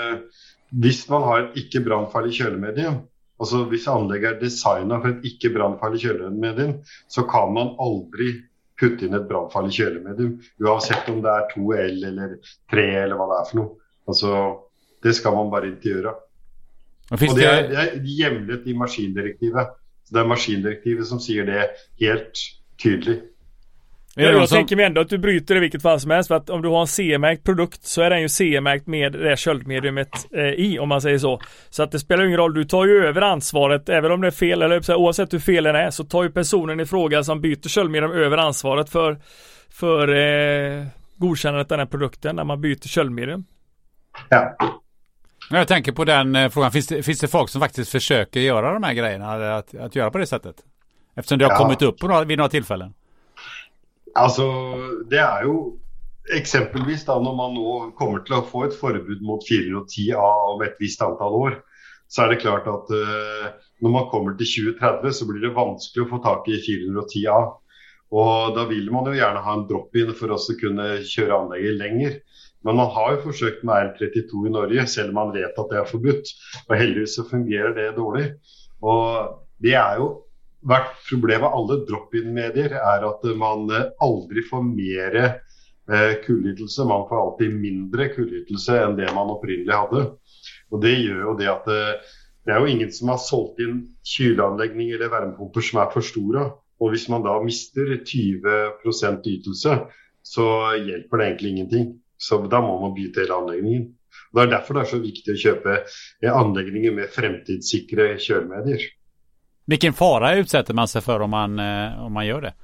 hvis man har ett icke-brandfarligt kjølemedium, alltså hvis anlegget är designat för ett icke-brandfarligt kjølemedium, så kan man aldrig putte in ett brandfarligt kjølemedium, oavsett om det är två L eller tre eller vad det är för något. Alltså, det ska man bara inte göra. Och, och det, är, det är jämligt i maskindirektivet. Så det är maskindirektivet som säger det helt tydligt. Ja, jag som... tänker mig ändå att du bryter i vilket fall som helst, för att om du har en C E-märkt produkt så är den ju C E-märkt med det köldmediumet eh, i, om man säger så. Så att det spelar ingen roll, du tar ju över ansvaret, även om det är fel, eller så här, oavsett hur felen är, så tar ju personen i fråga som byter köldmedium över ansvaret för, för eh, godkännandet av den här produkten när man byter köldmedium. Ja. Jag tänker på den eh, frågan, finns det, finns det folk som faktiskt försöker göra de här grejerna, att, att göra på det sättet? Eftersom det har ja. kommit upp på några, vid några tillfällen. Alltså, det är ju exempelvis då när man nu kommer till att få ett förbud mot fire ti A om ett visst antal år, så är det klart att eh, när man kommer till tjugo trettio så blir det vanskligt att få tag i fire ti A. Och då vill man ju gärna ha en drop-in för att kunna köra anlägget längre. Men man har ju försökt med R trettiotvå i Norge, selv om man vet att det är förbjudet. Och heldigvis så fungerar det dåligt. Och det är ju vart problemet med alla drop-in-medier är att man aldrig får mer eh, kullytelse. Man får alltid mindre kullytelse än det man upprinnelig hade. Och det gör ju det att eh, det är ju ingen som har sålt in kylanläggning eller värmepumper som är för stora. Och om man då mister tjugo procent ytelse så hjälper det egentligen ingenting. Så då må man byta hela anläggningen. Och det är därför det är så viktigt att köpa anläggningar med framtidssäkra kölmedier. Vilken fara utsätter man sig för om man, om man gör det?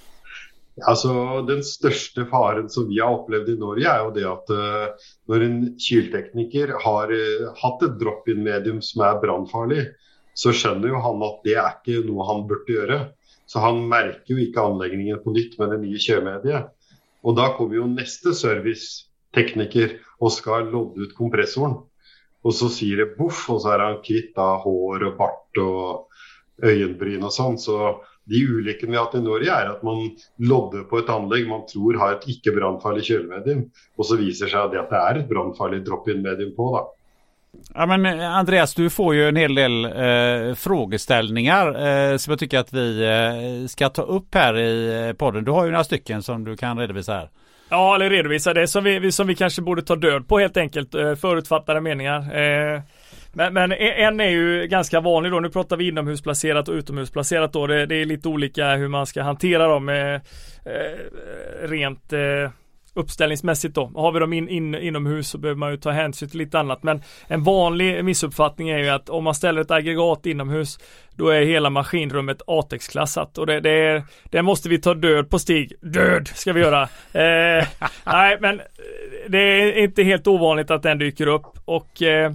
Alltså, den största faran som vi har upplevt i Norge är ju det att uh, när en kyltekniker har uh, haft ett drop-in medium som är brandfarlig, så skönner ju han att det är inte något han borde göra. Så han märker ju inte anläggningen på nytt med det nya kylmediet. Och då kommer ju nästa servicetekniker och ska lodda ut kompressorn. Och så säger det buff, och så är han kvitt av hår och bart och ögonbryn och sånt. Så de olyckorna vi har haft i Norge är att man loddar på ett anlägg man tror har ett icke-brandfarligt kölmedium. Och så visar sig det att det är ett brandfarligt drop-in medium på då. Ja, men Andreas, du får ju en hel del eh, frågeställningar eh, som jag tycker att vi eh, ska ta upp här i podden. Du har ju några stycken som du kan redovisa här. Ja, eller redovisa det som vi, som vi kanske borde ta död på helt enkelt, eh, förutfattade meningar. Eh, men, men en är ju ganska vanlig då, nu pratar vi inomhusplacerat och utomhusplacerat då. Det, det är lite olika hur man ska hantera dem eh, eh, rent... Eh, uppställningsmässigt då. Har vi dem in, in, inomhus så behöver man ju ta hänsyn till lite annat. Men en vanlig missuppfattning är ju att om man ställer ett aggregat inomhus, då är hela maskinrummet A T E X-klassat. Och det, det, är, det måste vi ta död på, Stig. Död ska vi göra. Eh, nej, men det är inte helt ovanligt att den dyker upp. Och eh,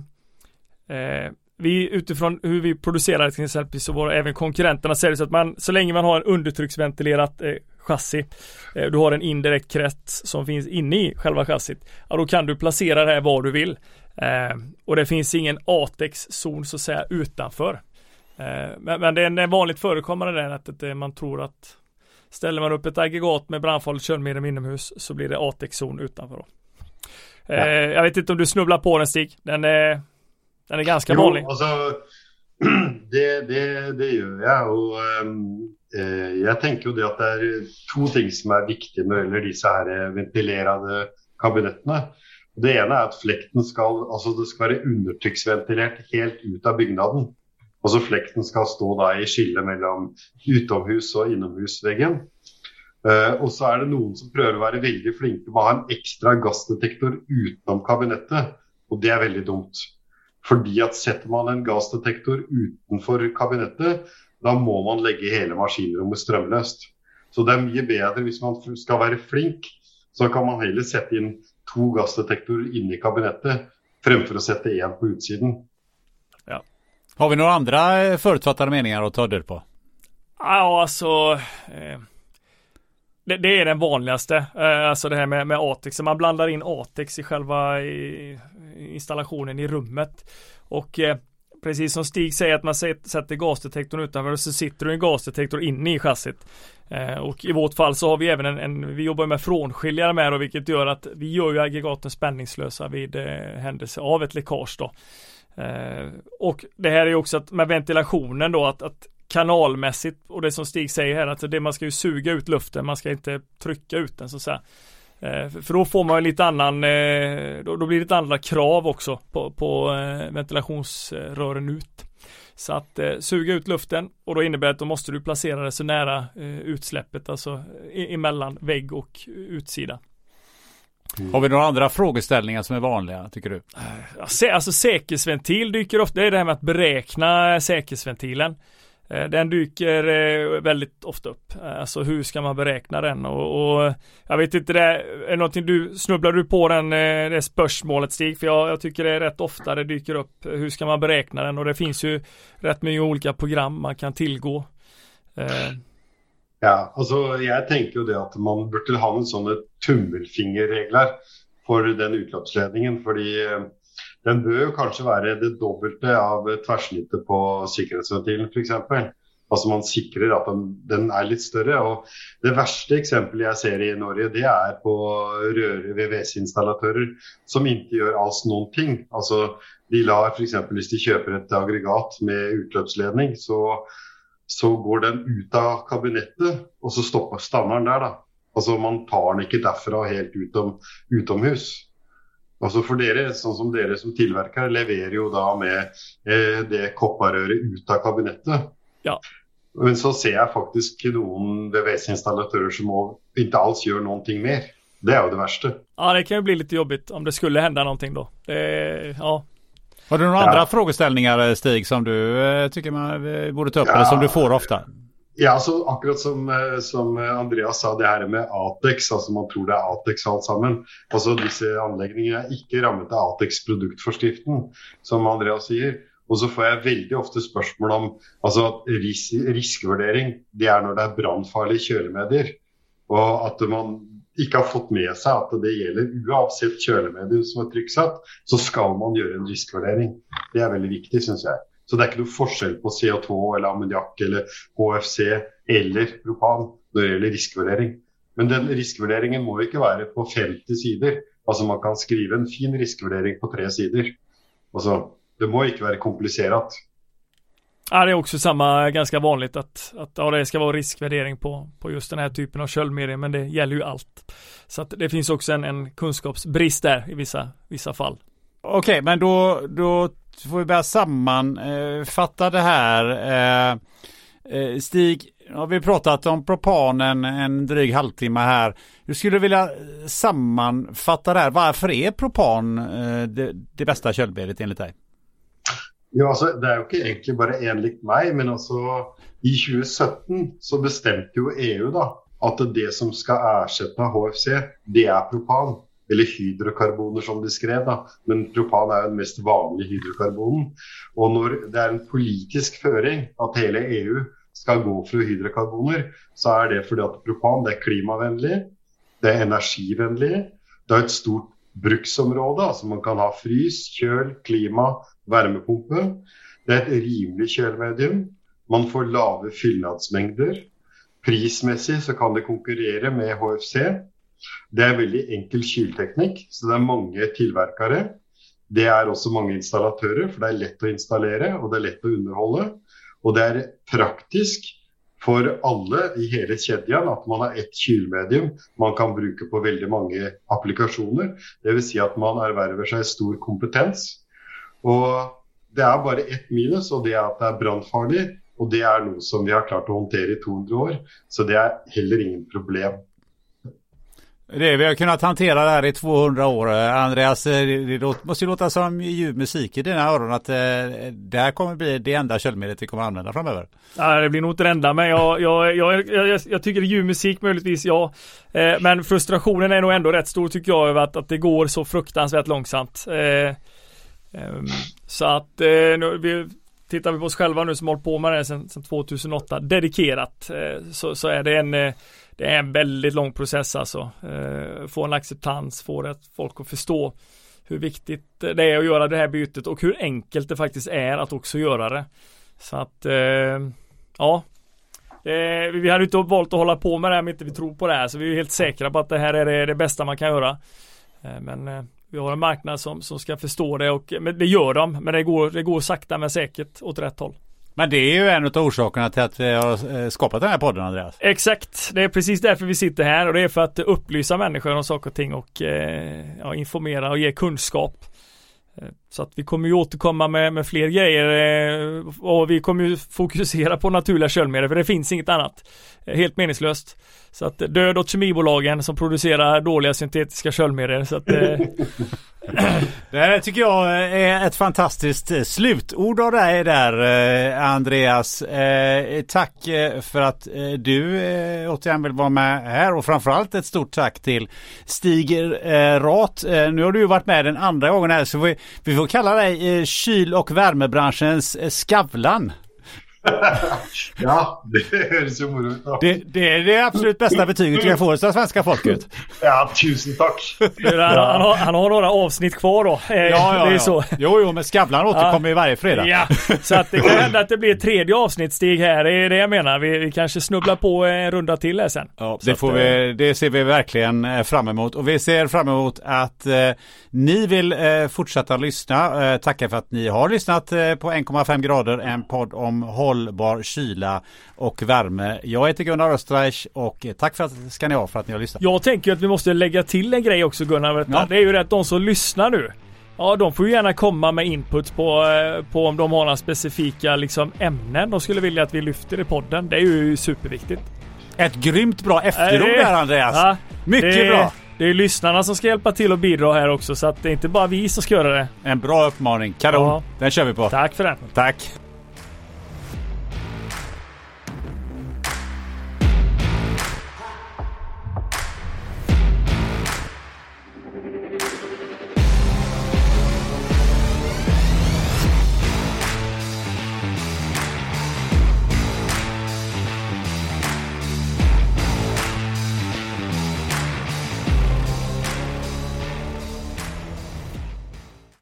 eh, vi utifrån hur vi producerar till exempel, så var även konkurrenterna säger så att man, så länge man har en undertrycksventilerat eh, chassi, eh, du har en indirekt krets som finns inne i själva chassit, ja, då kan du placera det här var du vill. Eh, och det finns ingen A T E X-zon så att säga utanför. Eh, men, men det är en vanligt förekommande där att, att man tror att ställer man upp ett aggregat med brandfarligt kölmedium inomhus så blir det A T E X-zon utanför då. Eh, ja. Jag vet inte om du snubblar på den, Stig. Den är Den är ganska jo, vanlig. Alltså, det, det, det gör jag. Och, um, eh, jag tänker ju det att det är två ting som är viktiga när det gäller dessa här ventilerade kabinetterna. Det ena är att fläkten ska, alltså det ska vara undertrycksventilerat helt ut av byggnaden. Alltså fläkten ska stå där i skille mellan utomhus och inomhusväggen. Uh, och så är det någon som prövar att vara väldigt flinke med att ha en extra gasdetektor utom kabinettet. Och det är väldigt dumt. Fordi at setter man en gasdetektor utenfor kabinettet, da må man legge hele maskinrommet strømløst. Så det er mye bedre hvis man skal være flink, så kan man heller sette inn to gasdetektorer inne i kabinettet, fremfor å sette en på utsiden. Ja. Har vi några andra förutfattade meningar att ta död på? Ja, alltså... Eh... Det, det är den vanligaste, eh, alltså det här med, med A T E X. Man blandar in A T E X i själva i, installationen i rummet. Och eh, precis som Stig säger att man sätter gasdetektorn utanför och så sitter du en gasdetektor inne i chassit. Eh, och i vårt fall så har vi även en, en vi jobbar med frånskiljare med, och vilket gör att vi gör ju aggregaten spänningslösa vid eh, händelse av ett läckage då. Eh, och det här är ju också att med ventilationen då att, att kanalmässigt, och det som Stig säger här, att det, man ska ju suga ut luften, man ska inte trycka ut den så att säga. Eh, för, för då får man ju lite annan eh, då, då blir det ett andra krav också på, på eh, ventilationsrören ut. Så att eh, suga ut luften, och då innebär det att då måste du placera det så nära eh, utsläppet, alltså i, emellan vägg och utsida. Mm. Har vi några andra frågeställningar som är vanliga, tycker du? Alltså säkerhetsventil dyker ofta, det är det här med att beräkna säkerhetsventilen. Den dyker väldigt ofta upp. Alltså hur ska man beräkna den? Och, och jag vet inte, det är någonting du snubblar du på den, det spörsmålet Stig? För jag, jag tycker det är rätt ofta det dyker upp. Hur ska man beräkna den? Och det finns ju rätt mycket olika program man kan tillgå. Ja, alltså jag tänker ju det att man borde ha en sån tummelfingerregler för den utlöpsledningen, för den bør jo kanskje være det dobbelte av tverrsnittet på sikkerhetsventilen for eksempel. Altså man sikrer at den, den er litt større, og det verste eksempelet jeg ser i Norge, det er på røre V V S-installatører som ikke gjør alls noen ting. Altså de lar for eksempel, hvis de kjøper et aggregat med utløpsledning, så, så går den ut av kabinettet, og så stopper stanner den der da. Altså man tar den ikke derfra helt utom, utomhus. Altså for dere, sånn som dere som tillverkare leverer jo da med eh, det kopparrøret ut av kabinettet. Ja. Men så ser jeg faktisk noen V V S-installatører som inte alls gör någonting mer. Det är ju det värsta. Ja, det kan ju bli lite jobbigt om det skulle hända någonting då. Det, ja. Har du några ja. andra frågeställningar, Stig, som du eh, tycker man borde ta upp, ja. eller som du får ofta? Ja, så akkurat som, som Andreas sa, det här med ATEX, alltså man tror det är ATEX allt samman. Alltså dessa anläggningar är inte rammet av ATEX produktforskriften, som Andreas säger. Och så får jag väldigt ofta spörsmål om alltså att ris riskvärdering, det är när det är brandfarliga kölmedier. Och att man inte har fått med sig att det gäller oavsett kölmedium som är trycksatt, så ska man göra en riskvärdering. Det är väldigt viktigt, syns jag. Så det är inte någon forskjell på C O två eller ammoniak eller H F C eller propan när det gäller riskvärdering. Men den riskvärderingen må inte vara på femtio sidor. Alltså man kan skriva en fin riskvärdering på tre sidor. Alltså det må inte vara komplicerat. Ja, det är också samma, ganska vanligt att, att ja, det ska vara riskvärdering på, på just den här typen av köldmedier, men det gäller ju allt. Så att det finns också en, en kunskapsbrist där i vissa, vissa fall. Okej, okay, men då, då får vi börja sammanfatta eh, det här. Eh, eh, Stig, har vi pratat om propanen en dryg halvtimme här. Du skulle vilja sammanfatta det här. Varför är propan eh, det, det bästa köldmediet enligt dig? Ja, alltså, det är ju inte egentligen bara enligt mig, men alltså i tjugo sjutton så bestämde ju E U då att det som ska ersätta H F C, det är propan. Eller hydrokarboner som de skrev då. Men propan är den mest vanliga hydrokarbonen. Och när det är en politisk föring att hela E U ska gå för hydrokarboner, så är det för att propan det är klimavänligt, det är energivänligt, det har ett stort bruksområde, alltså man kan ha frys, köl, klima, värmepumpe. Det är ett rimligt kölmedium. Man får lave fyllnadsmängder. Prismässigt så kan det konkurrera med H F C. Det är väldigt enkel kylteknik, så det är många tillverkare. Det är också många installatörer, för det är lätt att installera och det är lätt att underhålla. Och det är praktiskt för alla i hela kedjan att man har ett kylmedium man kan bruka på väldigt många applikationer. Det vill säga att man ervärver sig stor kompetens. Och det är bara ett minus, och det är att det är brandfarligt. Och det är något som vi har klart att hantera i tvåhundra år. Så det är heller ingen problem. Det, vi har kunnat hantera det här i tvåhundra år. Andreas, det måste ju låta som ljuv musik i dina öron att det här kommer bli det enda köldmediet vi kommer använda framöver. Ja, det blir nog inte det enda, men jag, jag, jag, jag, jag tycker ljuvmusik möjligtvis, ja. Men frustrationen är nog ändå rätt stor, tycker jag, över att, att det går så fruktansvärt långsamt. Så att vi tittar vi på oss själva nu som har hållit på med det sedan, sedan tjugohundraåtta dedikerat, så, så är det en det är en väldigt lång process alltså. Få en acceptans, få det folk att förstå hur viktigt det är att göra det här bytet och hur enkelt det faktiskt är att också göra det. Så att, eh, ja. Eh, vi hade inte valt att hålla på med det här om inte vi tror på det här. Så vi är helt säkra på att det här är det, det bästa man kan göra. Eh, men eh, vi har en marknad som, som ska förstå det och men det gör de. Men det går, det går sakta men säkert åt rätt håll. Men det är ju en av orsakerna till att vi har skapat den här podden, Andreas. Exakt, det är precis därför vi sitter här och det är för att upplysa människor om saker och ting och eh, ja, informera och ge kunskap. Så att vi kommer ju återkomma med, med fler grejer och vi kommer ju fokusera på naturliga köldmedel för det finns inget annat. Helt meningslöst. Så att död åt kemibolagen som producerar dåliga syntetiska köldmedel. Så att, det här tycker jag är ett fantastiskt slutord av dig där, Andreas. Tack för att du återigen vill vara med här och framförallt ett stort tack till Stig Rath. Nu har du ju varit med den andra gången här så vi, vi får kalla dig kyl- och värmebranschens Skavlan. Ja, det är så roligt. Det, det är det absolut bästa betyget jag får av svenska folket. Ja, tusen tack. Han, han, har, han har några avsnitt kvar då. Eh, ja, ja, det är ja. så. Jo, jo, men Skavlan återkommer ju ja. varje fredag. Ja, så att det kan hända att det blir ett tredje avsnittsteg här. Det är det jag menar. Vi, vi kanske snubblar på en runda till här sen. Ja, det, får att, vi, det ser vi verkligen fram emot. Och vi ser fram emot att eh, ni vill eh, fortsätta lyssna. Eh, tacka för att ni har lyssnat eh, på en komma fem grader. En podd om hållbar kyla och värme. Jag heter Gunnar Österreich och tack för att ska ni ha för att ni har lyssnat. Jag tänker att vi måste lägga till en grej också, Gunnar. Ja. Det är ju det att de som lyssnar nu, ja, de får ju gärna komma med input på, på om de har några specifika liksom, ämnen de skulle vilja att vi lyfter i podden. Det är ju superviktigt. Ett grymt bra efterord där, Andreas. Ja, Mycket det, bra. Det är lyssnarna som ska hjälpa till att bidra här också, så att det är inte bara vi som ska göra det. En bra uppmaning. Kanon. Ja. Den kör vi på. Tack för den. Tack.